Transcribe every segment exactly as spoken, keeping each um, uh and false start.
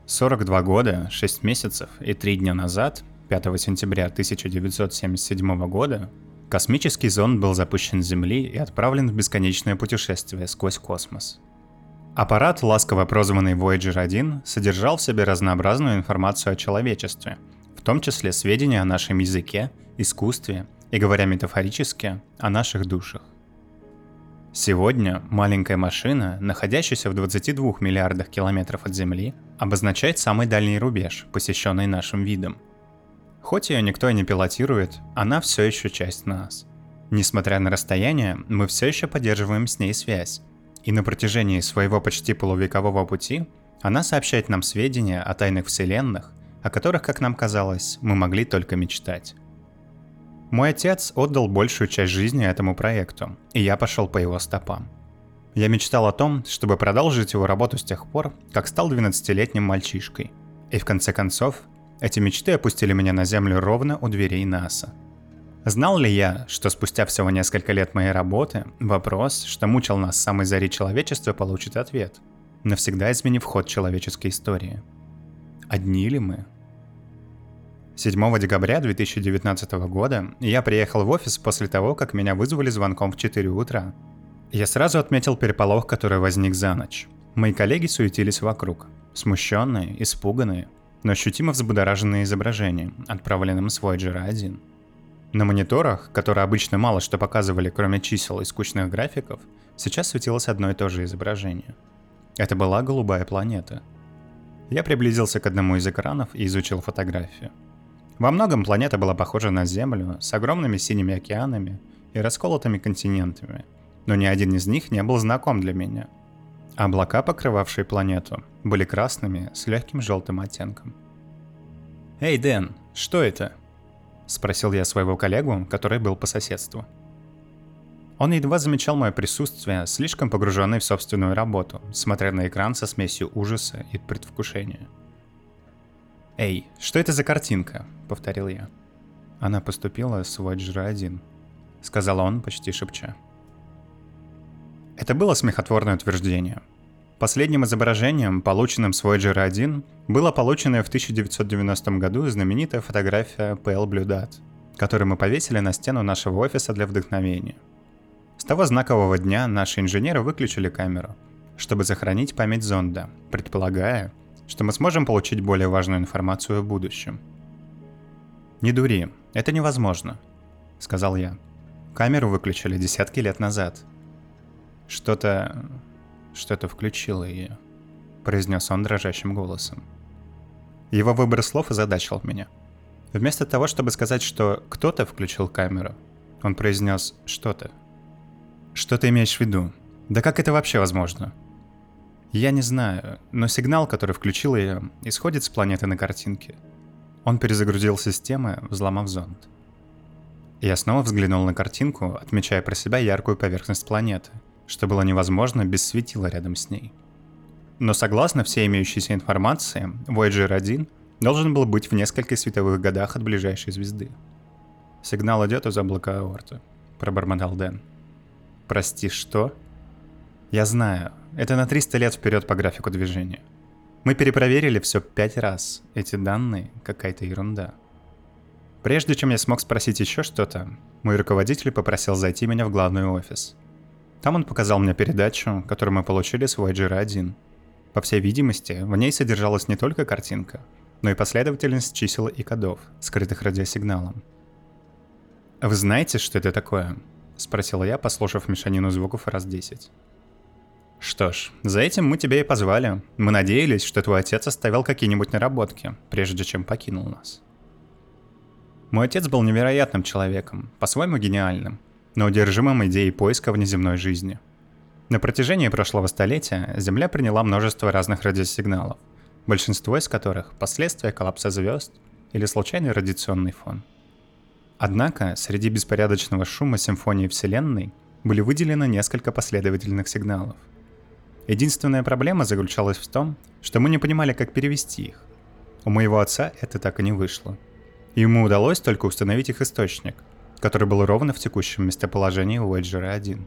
сорок два года, шесть месяцев и три дня назад, пятого сентября тысяча девятьсот семьдесят седьмого года, космический зонд был запущен с Земли и отправлен в бесконечное путешествие сквозь космос. Аппарат, ласково прозванный Вояджер один, содержал в себе разнообразную информацию о человечестве, в том числе сведения о нашем языке, искусстве и, говоря метафорически, о наших душах. Сегодня маленькая машина, находящаяся в двадцати двух миллиардах километров от Земли, обозначает самый дальний рубеж, посещенный нашим видом. Хоть ее никто и не пилотирует, она все еще часть нас. Несмотря на расстояние, мы все еще поддерживаем с ней связь, и на протяжении своего почти полувекового пути она сообщает нам сведения о тайных вселенных, о которых, как нам казалось, мы могли только мечтать. Мой отец отдал большую часть жизни этому проекту, и я пошел по его стопам. Я мечтал о том, чтобы продолжить его работу с тех пор, как стал двенадцатилетним мальчишкой. И в конце концов, эти мечты опустили меня на землю ровно у дверей НАСА. Знал ли я, что спустя всего несколько лет моей работы, вопрос, что мучил нас с самой зари человечества, получит ответ, навсегда изменив ход человеческой истории? Одни ли мы? седьмого декабря две тысячи девятнадцатого года я приехал в офис после того, как меня вызвали звонком в четыре утра. Я сразу отметил переполох, который возник за ночь. Мои коллеги суетились вокруг, смущенные, испуганные, но ощутимо взбудораженные изображением, отправленным с Вояджера один. На мониторах, которые обычно мало что показывали, кроме чисел и скучных графиков, сейчас светилось одно и то же изображение. Это была голубая планета. Я приблизился к одному из экранов и изучил фотографию. Во многом планета была похожа на Землю, с огромными синими океанами и расколотыми континентами, но ни один из них не был знаком для меня. Облака, покрывавшие планету, были красными с легким желтым оттенком. «Эй, Дэн, что это?» — спросил я своего коллегу, который был по соседству. Он едва замечал мое присутствие, слишком погруженный в собственную работу, смотря на экран со смесью ужаса и предвкушения. «Эй, что это за картинка?» — повторил я. «Она поступила с Вояджера один», — сказал он, почти шепча. Это было смехотворное утверждение. Последним изображением, полученным с Вояджера один, была полученная в тысяча девятьсот девяностом году знаменитая фотография Pale Blue Dot, которую мы повесили на стену нашего офиса для вдохновения. С того знакового дня наши инженеры выключили камеру, чтобы сохранить память зонда, предполагая, что мы сможем получить более важную информацию в будущем. «Не дури, это невозможно», — сказал я. «Камеру выключили десятки лет назад». «Что-то... что-то включило ее», — произнес он дрожащим голосом. Его выбор слов озадачил меня. Вместо того, чтобы сказать, что кто-то включил камеру, он произнес «что-то». «Что ты имеешь в виду? Да как это вообще возможно?» «Я не знаю, но сигнал, который включил ее, исходит с планеты на картинке». Он перезагрузил системы, взломав зонд. Я снова взглянул на картинку, отмечая про себя яркую поверхность планеты, что было невозможно без светила рядом с ней. Но согласно всей имеющейся информации, Вояджер один должен был быть в нескольких световых годах от ближайшей звезды. «Сигнал идет из облака аорты», — пробормотал Дэн. «Прости, что?» «Я знаю, это на триста лет вперед по графику движения. Мы перепроверили все пять раз, эти данные — какая-то ерунда». Прежде чем я смог спросить еще что-то, мой руководитель попросил зайти меня в главный офис. Там он показал мне передачу, которую мы получили с Вояджера один. По всей видимости, в ней содержалась не только картинка, но и последовательность чисел и кодов, скрытых радиосигналом. «Вы знаете, что это такое?» — спросил я, послушав мешанину звуков раз десять. «Что ж, за этим мы тебя и позвали. Мы надеялись, что твой отец оставил какие-нибудь наработки, прежде чем покинул нас». Мой отец был невероятным человеком, по-своему гениальным, но одержимым идеей поиска внеземной жизни. На протяжении прошлого столетия Земля приняла множество разных радиосигналов, большинство из которых – последствия коллапса звезд или случайный радиационный фон. Однако, среди беспорядочного шума симфонии Вселенной были выделены несколько последовательных сигналов. Единственная проблема заключалась в том, что мы не понимали, как перевести их. У моего отца это так и не вышло. Ему удалось только установить их источник, который был ровно в текущем местоположении Вояджера один.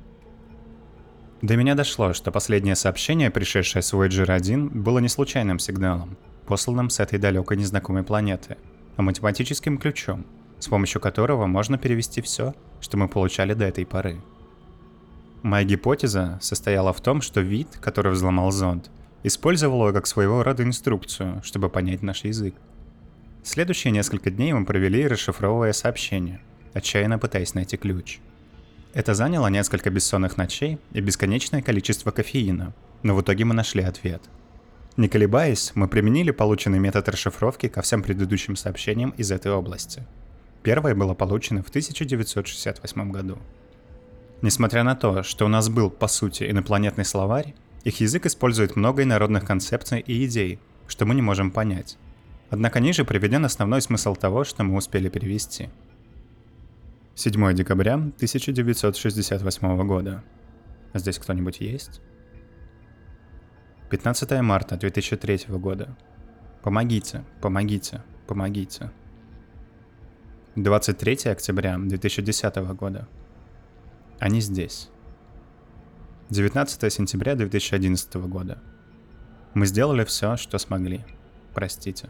До меня дошло, что последнее сообщение, пришедшее с Вояджера один, было не случайным сигналом, посланным с этой далекой незнакомой планеты, а математическим ключом, с помощью которого можно перевести все, что мы получали до этой поры. Моя гипотеза состояла в том, что вид, который взломал зонд, использовал его как своего рода инструкцию, чтобы понять наш язык. Следующие несколько дней мы провели, расшифровывая сообщения, отчаянно пытаясь найти ключ. Это заняло несколько бессонных ночей и бесконечное количество кофеина, но в итоге мы нашли ответ. Не колебаясь, мы применили полученный метод расшифровки ко всем предыдущим сообщениям из этой области. Первое было получено в тысяча девятьсот шестьдесят восьмом году. Несмотря на то, что у нас был, по сути, инопланетный словарь, их язык использует много инородных концепций и идей, что мы не можем понять. Однако ниже приведен основной смысл того, что мы успели перевести. седьмое декабря тысяча девятьсот шестьдесят восьмого года. Здесь кто-нибудь есть? пятнадцатое марта две тысячи третьего года. Помогите, помогите, помогите. двадцать третьего октября две тысячи десятого года. Они здесь. девятнадцатое сентября две тысячи одиннадцатого года. Мы сделали все, что смогли. Простите.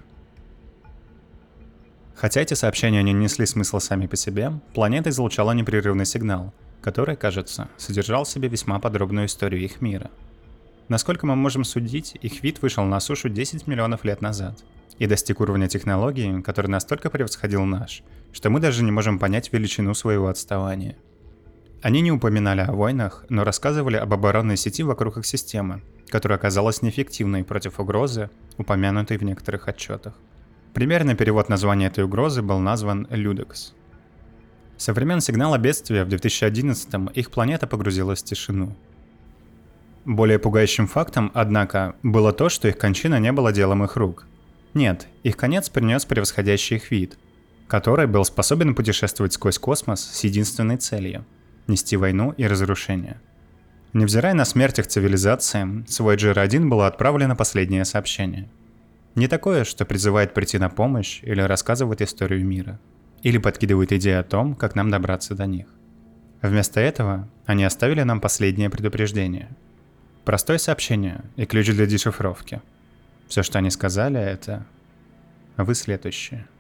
Хотя эти сообщения не несли смысла сами по себе, планета излучала непрерывный сигнал, который, кажется, содержал в себе весьма подробную историю их мира. Насколько мы можем судить, их вид вышел на сушу десять миллионов лет назад и достиг уровня технологии, который настолько превосходил наш, что мы даже не можем понять величину своего отставания. Они не упоминали о войнах, но рассказывали об оборонной сети вокруг их системы, которая оказалась неэффективной против угрозы, упомянутой в некоторых отчетах. Примерный перевод названия этой угрозы был назван «Людекс». Со времен сигнала бедствия в две тысячи одиннадцатом их планета погрузилась в тишину. Более пугающим фактом, однако, было то, что их кончина не была делом их рук. Нет, их конец принес превосходящий их вид, который был способен путешествовать сквозь космос с единственной целью – нести войну и разрушение. Невзирая на смерть их цивилизации, с Voyager один было отправлено последнее сообщение. Не такое, что призывает прийти на помощь или рассказывает историю мира, или подкидывает идеи о том, как нам добраться до них. Вместо этого они оставили нам последнее предупреждение. Простое сообщение и ключ для дешифровки. Все, что они сказали, это «Вы следующие».